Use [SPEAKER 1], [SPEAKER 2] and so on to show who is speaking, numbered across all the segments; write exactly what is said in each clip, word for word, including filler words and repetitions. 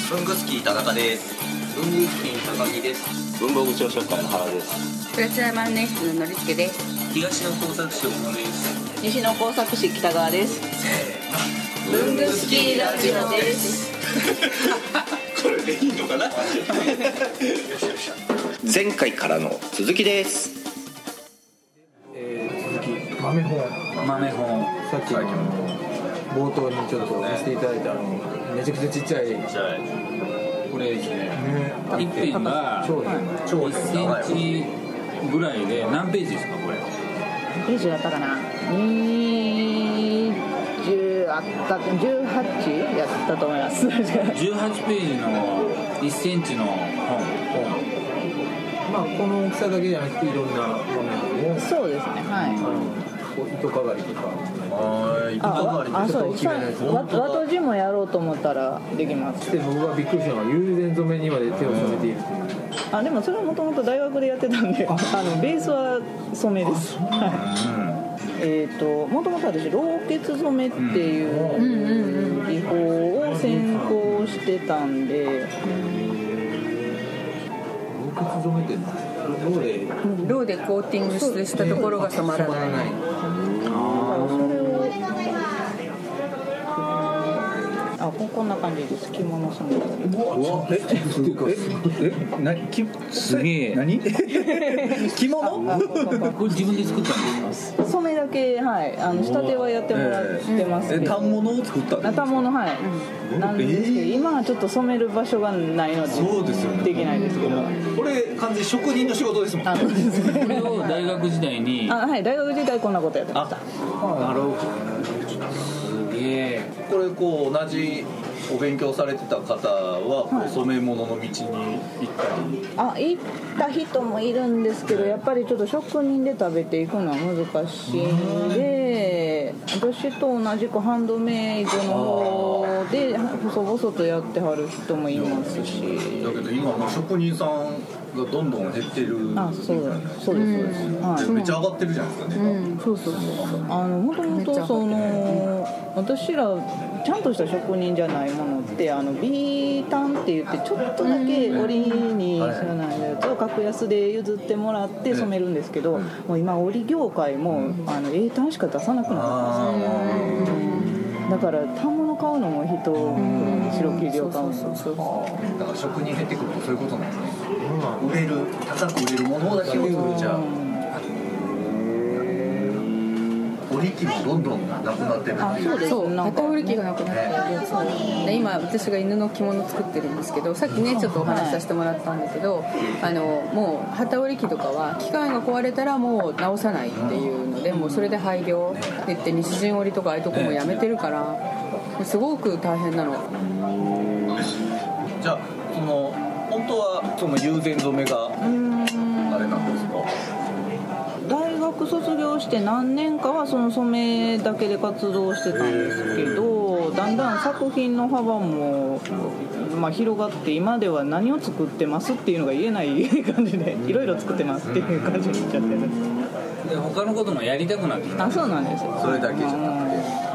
[SPEAKER 1] 文具スキー田中です。
[SPEAKER 2] 文具スキー高木です。
[SPEAKER 3] 文房具朝食会の原です。
[SPEAKER 4] プラチナ万年筆ののりつけです。
[SPEAKER 5] 東野工作士小野です。
[SPEAKER 6] 西野工作士北川です。
[SPEAKER 4] 文具スキーラジオです。
[SPEAKER 1] これでいいのかな前回からの続きです。
[SPEAKER 2] えー、続き豆本
[SPEAKER 5] 豆本
[SPEAKER 2] さっきの冒頭にちょっと見せていただいたあのめちゃくちゃちっちゃい
[SPEAKER 5] これですね、
[SPEAKER 2] ね、
[SPEAKER 5] 一辺が
[SPEAKER 2] 超超
[SPEAKER 5] いっセンチぐらいで何ページですかこれ？
[SPEAKER 6] ページだったかな、にじゅうあったじゅうはちやったと思います。
[SPEAKER 5] じゅうはちページのいっセンチの本。
[SPEAKER 2] まあこの大きさだけじゃなくていろんなものも
[SPEAKER 6] そうですね、はい、
[SPEAKER 2] あの糸かがりとか
[SPEAKER 1] あ糸かがり
[SPEAKER 6] ああそうです。和とじもやろうと思ったらできます。
[SPEAKER 2] で僕がびっくりしたのは友禅染めにまで手を染めている。
[SPEAKER 6] あでもそれはもともと大学でやってたんで、あのベースは染めです。はい、えっ、ー、ともともと私老血染めっていう技法を専攻してたんで。
[SPEAKER 2] 老血染めってローで
[SPEAKER 4] ローでコーティングしたところが染まらない。
[SPEAKER 6] あそれをあこんな感じです。着物染め。
[SPEAKER 1] えええなきすげえ何着物
[SPEAKER 5] これ自分で作ったんですか？
[SPEAKER 6] 染めだけ、はい、あの仕立てはやってもらってますけど、
[SPEAKER 1] え反物を作ったんですか？
[SPEAKER 6] 反物、はい、うん、なんですけど、えー、今はちょっと染める場所がないのでそうですよ、ね、できないですけど、
[SPEAKER 1] これ完全に職人の仕事ですもんね。
[SPEAKER 6] あそうですね。
[SPEAKER 5] これを大学時代に
[SPEAKER 6] あ、はい、大学時代こんなことやってました。
[SPEAKER 1] あ、なるほど。
[SPEAKER 5] すげえ。
[SPEAKER 1] これこう同じお勉強されてた方は、はい、染め物の道に行ったり
[SPEAKER 6] あ行った人もいるんですけど、やっぱりちょっと職人で食べていくのは難しいんで、私と同じくハンドメイドの方で細々とやってはる人もいますし、
[SPEAKER 1] だけど今の職人さんがどんどん減ってる。
[SPEAKER 6] あ、そうだ、そうです、そうです、うん、はい、
[SPEAKER 1] めっちゃ上がってるじゃないですかね、
[SPEAKER 6] うん、そうそうそう、あのもともとその私らちゃんとした職人じゃないものってあのビータンって言ってちょっとだけ織にそうなんやつを格安で譲ってもらって染めるんですけど、もう今織業界もあの A 単しか出さなくなったんですよ。だから反物買うのも人白生地を買うのもそうそうそう、
[SPEAKER 1] だから職人減ってくるとそういうことなんですね。売れる高く売れるものだけを作っちゃう。織り機もどんどんなくなってるっていう。
[SPEAKER 4] そうです。そう、旗織り機がなくなってる、ね、そうで今私が犬の着物作ってるんですけど、さっきねちょっとお話しさせてもらったんだけど、はい、あのもう旗織り機とかは機械が壊れたらもう直さないっていうので、もうそれで廃業って言って西陣織とかああいうとこもやめてるから、すごく大変なの。
[SPEAKER 1] じゃあその本当はその友禅染めがあれなんですか？
[SPEAKER 6] 大学卒業して何年かはその染めだけで活動してたんですけど、だんだん作品の幅も、まあ、広がって今では何を作ってますっていうのが言えない感じでいろいろ作ってますっていう感じになっちゃってる。
[SPEAKER 5] で他のこともやりたくなってきた。
[SPEAKER 6] あ、そうなんですよ。
[SPEAKER 1] それだけじゃなくて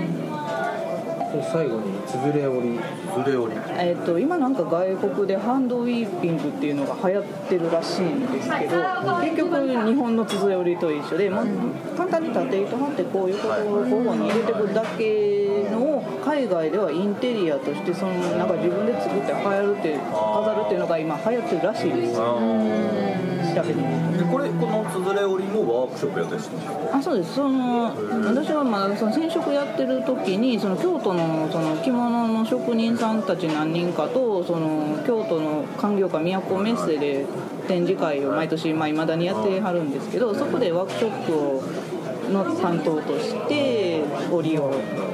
[SPEAKER 2] 最後につづれ織り
[SPEAKER 1] つづれ織り、
[SPEAKER 6] えー、と今なんか外国でハンドウィーピングっていうのが流行ってるらしいんですけど、結局日本のつづれ織りと一緒で、もう簡単に縦糸張ってこう横を交互に入れてくるだけのを海外ではインテリアとしてそのなんか自分で作って流行るって飾るっていうのが今流行ってるらしいです。調べてみると。
[SPEAKER 1] でこれこのつづれ織りもワークショップやったりしてますか？
[SPEAKER 6] あ、そうです。その私はまだその染色やってる時にその京都のその着物の職人さんたち何人かとその京都の官業館都メッセで展示会を毎年まあ未だにやってはるんですけど、そこでワークショップをの担当として織りを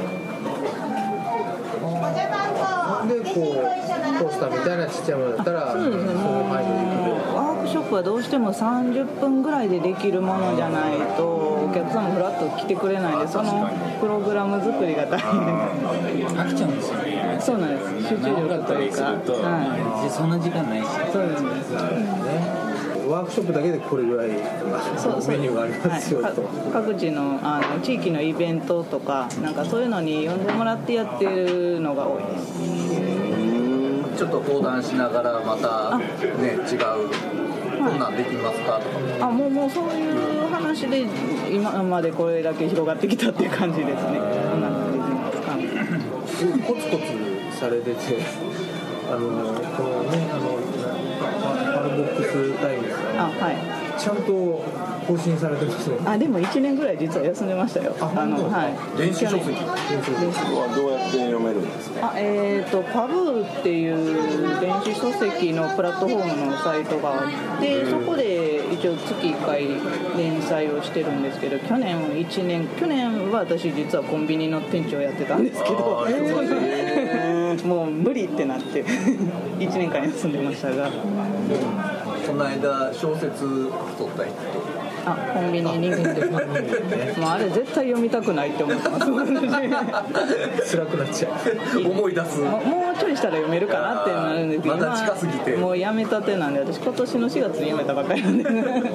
[SPEAKER 2] でこうポスターみたいなちっちゃいものだったら、
[SPEAKER 6] そうですね、もうワークショップはどうしてもさんじゅっぷんぐらいでできるものじゃないとお客さんもフラッと来てくれないんで、そのプログラム作りが大変
[SPEAKER 5] 飽きちゃうんですよね。
[SPEAKER 6] そうなんです。集中力というか、
[SPEAKER 5] はい、そんな時間ないし。
[SPEAKER 6] そうなんです、
[SPEAKER 2] ね、ワークショップだけでこれぐらいそうメニューがありますよ、はい、と
[SPEAKER 6] 各地 の, あの地域のイベントとかなんかそういうのに呼んでもらってやってるのが多いです。
[SPEAKER 1] ちょっと相談しながらまたね違うこんなんできますかとかも、
[SPEAKER 6] あもうもうそういう話で今までこれだけ広がってきたっていう感じですね。こんな感じで
[SPEAKER 2] コツコツされてて、あのこのねあのパルボックスタイムズ
[SPEAKER 6] あはい
[SPEAKER 2] ちゃんと更新されてますね。
[SPEAKER 6] あでもいちねんぐらい実は休んでましたよ。あのはい
[SPEAKER 1] 電子書籍
[SPEAKER 3] はどうやって読めるんですか？
[SPEAKER 6] あえーとパブーっていう電子書籍のプラットフォームのサイトがあって、そこで一応月いっかい連載をしてるんですけど、去年いちねん去年は私実はコンビニの店長やってたんですけど、もう無理ってなっていちねんかん休んでましたが、
[SPEAKER 1] この間小説撮った人
[SPEAKER 6] あコンビニ人間ってもうあれ絶対読みたくないって思ってます
[SPEAKER 2] 辛くなっちゃう
[SPEAKER 1] 思い出す。
[SPEAKER 6] ももうちょいしたら読めるかなってなるんですけど、
[SPEAKER 1] まだ近すぎて
[SPEAKER 6] もうやめたてなんで、私今年のしがつにやめたばっかりなんで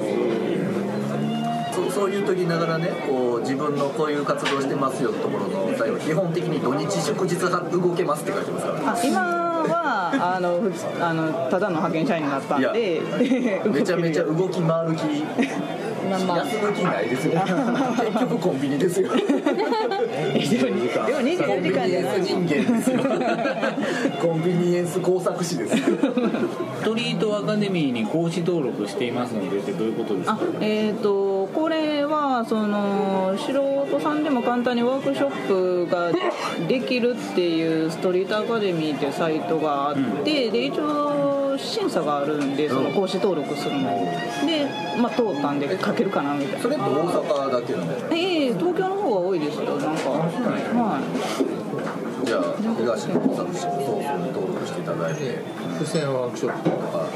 [SPEAKER 1] そ, そういう時ながらねこう自分のこういう活動してますよのところの最後基本的に土日祝日が動けますって書いてますから
[SPEAKER 6] あ今はあの普通あのただの派遣社員になったんで
[SPEAKER 1] めちゃめちゃ動き回る気
[SPEAKER 4] まあまあ
[SPEAKER 1] 休む気ないですよ結局コンビニですよでも
[SPEAKER 6] にじゅうよじかんじゃない
[SPEAKER 1] 人間ですよコンビニエンス工作士です
[SPEAKER 5] ストリートアカデミーに講師登録していますのでってどういうことですか？
[SPEAKER 6] あえーとこれはその素人さんでも簡単にワークショップができるっていうストリートアカデミーっていうサイトがあって、うん、で一応審査があるんでその講師登録するので、まあ、通ったんで書けるかなみたいな。
[SPEAKER 1] それって大阪だけなの？
[SPEAKER 6] ええー、東京の方が多いですよなんか。はい。
[SPEAKER 1] じゃあ東の工作士のソースに登録していただいて
[SPEAKER 2] 付箋ワークショップとか、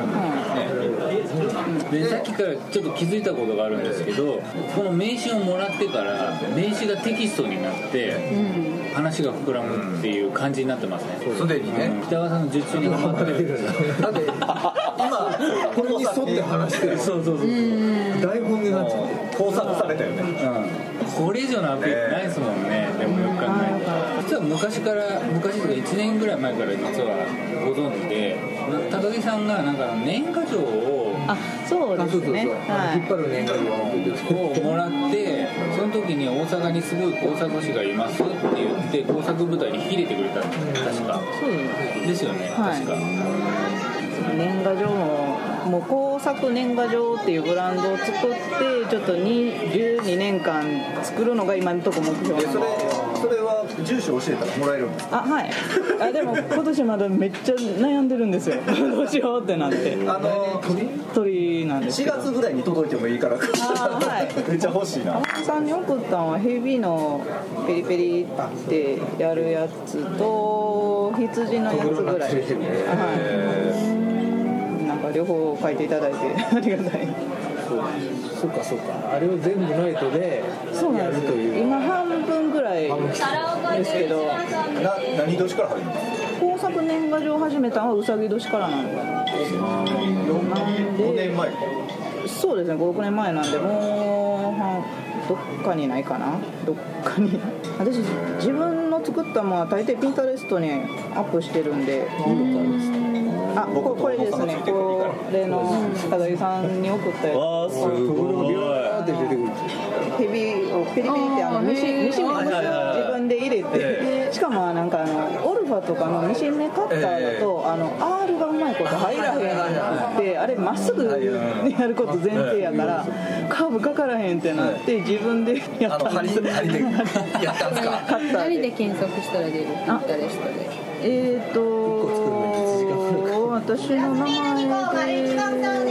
[SPEAKER 5] うんね、でさっきからちょっと気づいたことがあるんですけど、この名刺をもらってから名刺がテキストになって話が膨らむっていう感じになってますね。
[SPEAKER 1] すでにね、
[SPEAKER 5] うん、北川さんの術中にハマってる
[SPEAKER 1] だって今
[SPEAKER 2] これに沿って話してる
[SPEAKER 5] そうそうそう
[SPEAKER 2] 台本になっちゃって
[SPEAKER 1] 工作されたよね、
[SPEAKER 5] うん、これ以上のアピールないですもんね、えー、でもよく考えたら実は昔から昔とかいちねんぐらい前から実はご存知で高木さんがなんか年賀状を
[SPEAKER 6] あそうですね、
[SPEAKER 2] はい、引っ張る年賀状
[SPEAKER 5] をもらってその時に大阪にすごい工作師がいますって言って工作部隊に入れてくれたんです確かそうですよね、はい、確か
[SPEAKER 6] 年賀状ももう工作年賀状っていうブランドを作ってちょっとにじゅうにねんかん作るのが今のところ目標なんですよ。
[SPEAKER 1] それは住所教えたらもらえるんですか？
[SPEAKER 6] あはいあでも今年まだめっちゃ悩んでるんですよどうしようってなって
[SPEAKER 1] あの
[SPEAKER 6] 鳥鳥なんですけど
[SPEAKER 1] しがつぐらいに届いてもいいからあ、はい、めっちゃ欲しいな。
[SPEAKER 6] 天さんに送ったのはヘビのペリペリってやるやつと羊のやつぐらいですね。はい両方書いていただいてありがたい。
[SPEAKER 2] そうかそうかあれを全部ナイトでやるという。
[SPEAKER 6] 今半分ぐらいですけどな
[SPEAKER 1] 何年から始めたの？
[SPEAKER 6] 工作年賀状始めたのはうさぎ年からなんでなんで
[SPEAKER 1] ごねんまえ
[SPEAKER 6] そうですねごろくねんまえなんでもうどっかにないかなどっかに私自分の作ったものは大抵ピンタレストにアップしてるんであここれですねこれの高木さんに送ったやつ
[SPEAKER 3] わーすごいビャーって出てくる
[SPEAKER 6] ヘビをペリペリってあのミシンミシン目自分で入れてしかもなんかあのオルファとかのミシン目カッターだとあの R がうまいこと入らへんってあれまっすぐやること前提やからカーブかからへんってなって自分でやったんです
[SPEAKER 1] 針でやったんですか？
[SPEAKER 4] 何で検索したら出る？ピンタレストで
[SPEAKER 6] えーと私の名前で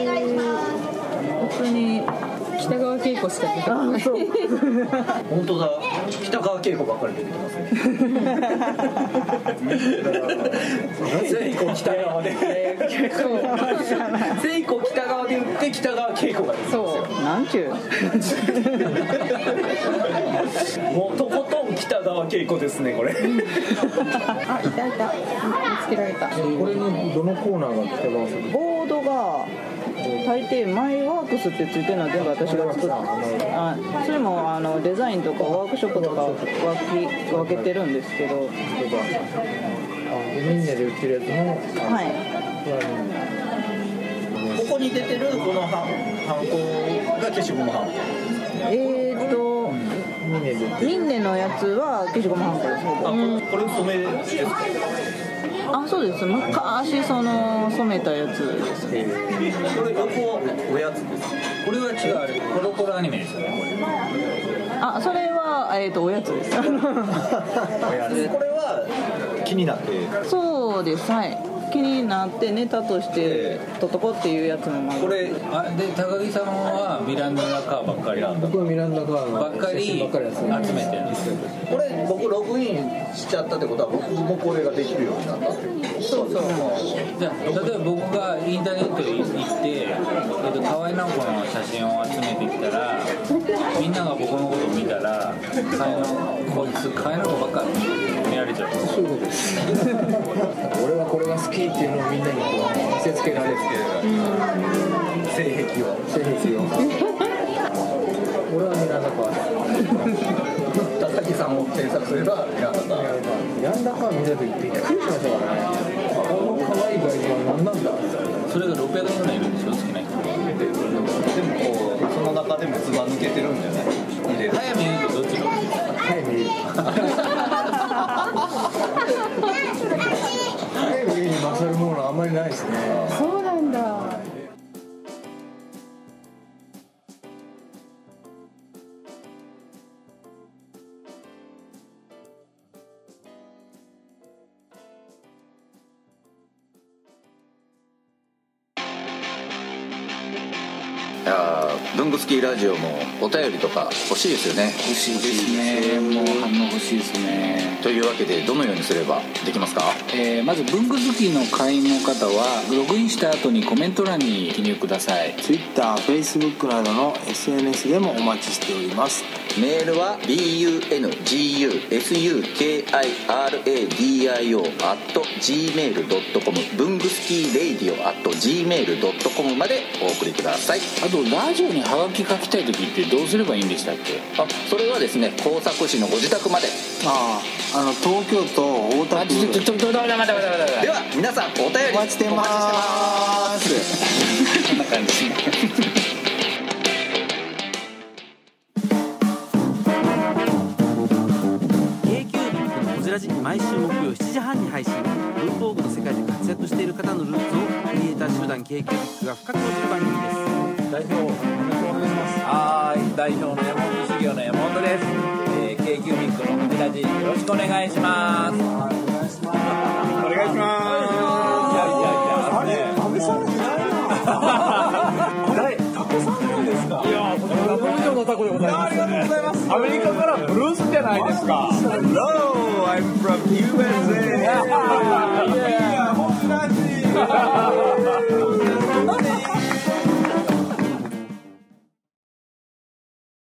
[SPEAKER 6] 普通に
[SPEAKER 4] 北川景子しか出てこない。
[SPEAKER 1] 本当だ北川景子ばっかり出てきますね聖子北川で聖子北川で売って北川景子が出てきますよ。
[SPEAKER 6] そうなんちゅう
[SPEAKER 1] もうとことん北川景子ですねこれ
[SPEAKER 4] あいたいた見つけられた。
[SPEAKER 2] これのどのコーナーが北川さん？
[SPEAKER 6] ボードが大抵マイワークスってついてるのは全部私が作ったあそれもあのデザインとかワークショップとか分け分けてるんですけど
[SPEAKER 2] ミンネで売ってるやつも
[SPEAKER 6] はい
[SPEAKER 1] ここに出てるこのハンハンコが消しゴムハンコ。
[SPEAKER 6] えーっと
[SPEAKER 2] ミンネで売ってる
[SPEAKER 6] ミンネのやつは消しゴムハンコです。
[SPEAKER 1] あ、これこれ染めですか。
[SPEAKER 6] あ、そうです。昔その染めたやつですね。
[SPEAKER 1] これ横おやつです。
[SPEAKER 5] これは違う、あれコロコロアニメですよね、これ。
[SPEAKER 6] あ、それはえーっとおやつです。
[SPEAKER 1] これは気になって。
[SPEAKER 6] そうです。はい。気になってネタとしてとっとこっていうやつの漫画。
[SPEAKER 5] これあで高木さんはミランダカーばっかりなんだ。
[SPEAKER 2] 僕はミランダカーの
[SPEAKER 5] ばっかり
[SPEAKER 2] ばっかり
[SPEAKER 5] 集めてるんですよ。
[SPEAKER 1] これ僕ログインしちゃったってことは僕もこれができるようになったってこと。
[SPEAKER 6] そうそう。
[SPEAKER 5] じゃあ例えば僕がインターネットに行ってえっと河合直子の写真を集めてきたらみんなが僕のことを見たら河合のこいつ河合直子ばっかり見られちゃう。
[SPEAKER 2] そういうことです俺はこれが好きっていうのをみんなにこう見せつけられて
[SPEAKER 1] 性癖を
[SPEAKER 2] 性癖を俺はミランダカー
[SPEAKER 1] 高木さんを検索すればミランダカー。
[SPEAKER 2] ミランダカー見た時びっくりしましたからね。この可愛い外人は何なんだ。
[SPEAKER 5] それがろっぴゃくぐらいいるんでしょ、好きな人。
[SPEAKER 1] でもこうその中でもずば抜けてるんじゃない。入れる。
[SPEAKER 5] 早見優とどっちが好き？
[SPEAKER 2] はい見るはい見るに勝るものはあんまりないですね。
[SPEAKER 4] そうなんだ。
[SPEAKER 1] いや文具スキーラジオもお便りとか欲しいですよね。
[SPEAKER 5] 欲しいですね。もう反応欲しいですね。
[SPEAKER 1] というわけでどのようにすればできますか。
[SPEAKER 5] えー、まず文具好きの会員の方はログインした後にコメント欄に記入ください。
[SPEAKER 3] Twitter、Facebook などの エスエヌエス でもお待ちしております。
[SPEAKER 1] メールは ブングスキーラジオ アット ジーメール ドットコム 文具スキーレイディオ アット ジーメール ドットコム までお送りください。
[SPEAKER 5] あとラジオにハガキ書きたい時ってどうすればいいんでしたっけ？
[SPEAKER 1] あ、それはですね、工作士のご自宅まで。
[SPEAKER 3] ああ、あの東京都大田区。
[SPEAKER 5] ちょちょちょちょ待って待って待って待って。
[SPEAKER 1] では皆さんお便り
[SPEAKER 3] お待ちしてまーす。
[SPEAKER 5] こんな感じ。
[SPEAKER 7] 毎週木曜しちじはんに配信。文房具の世界で活躍している方のルーツをクリエイター集団 ケーキュービックが深く落ちる番組です。
[SPEAKER 2] 代表お願いします。
[SPEAKER 8] はい、代表の山本修行の山本です。えー、ケーキュービックのフジラジよろしくお願いします。お願いします。お願いします。いやいやいや、あれ、安倍さんいないな。誰？タコさんなんですか？いや、これナポリタンのタコでございます。ありがとうございます。アメリカからブルースじゃないですか。Hello, I'm from ユーエスエー.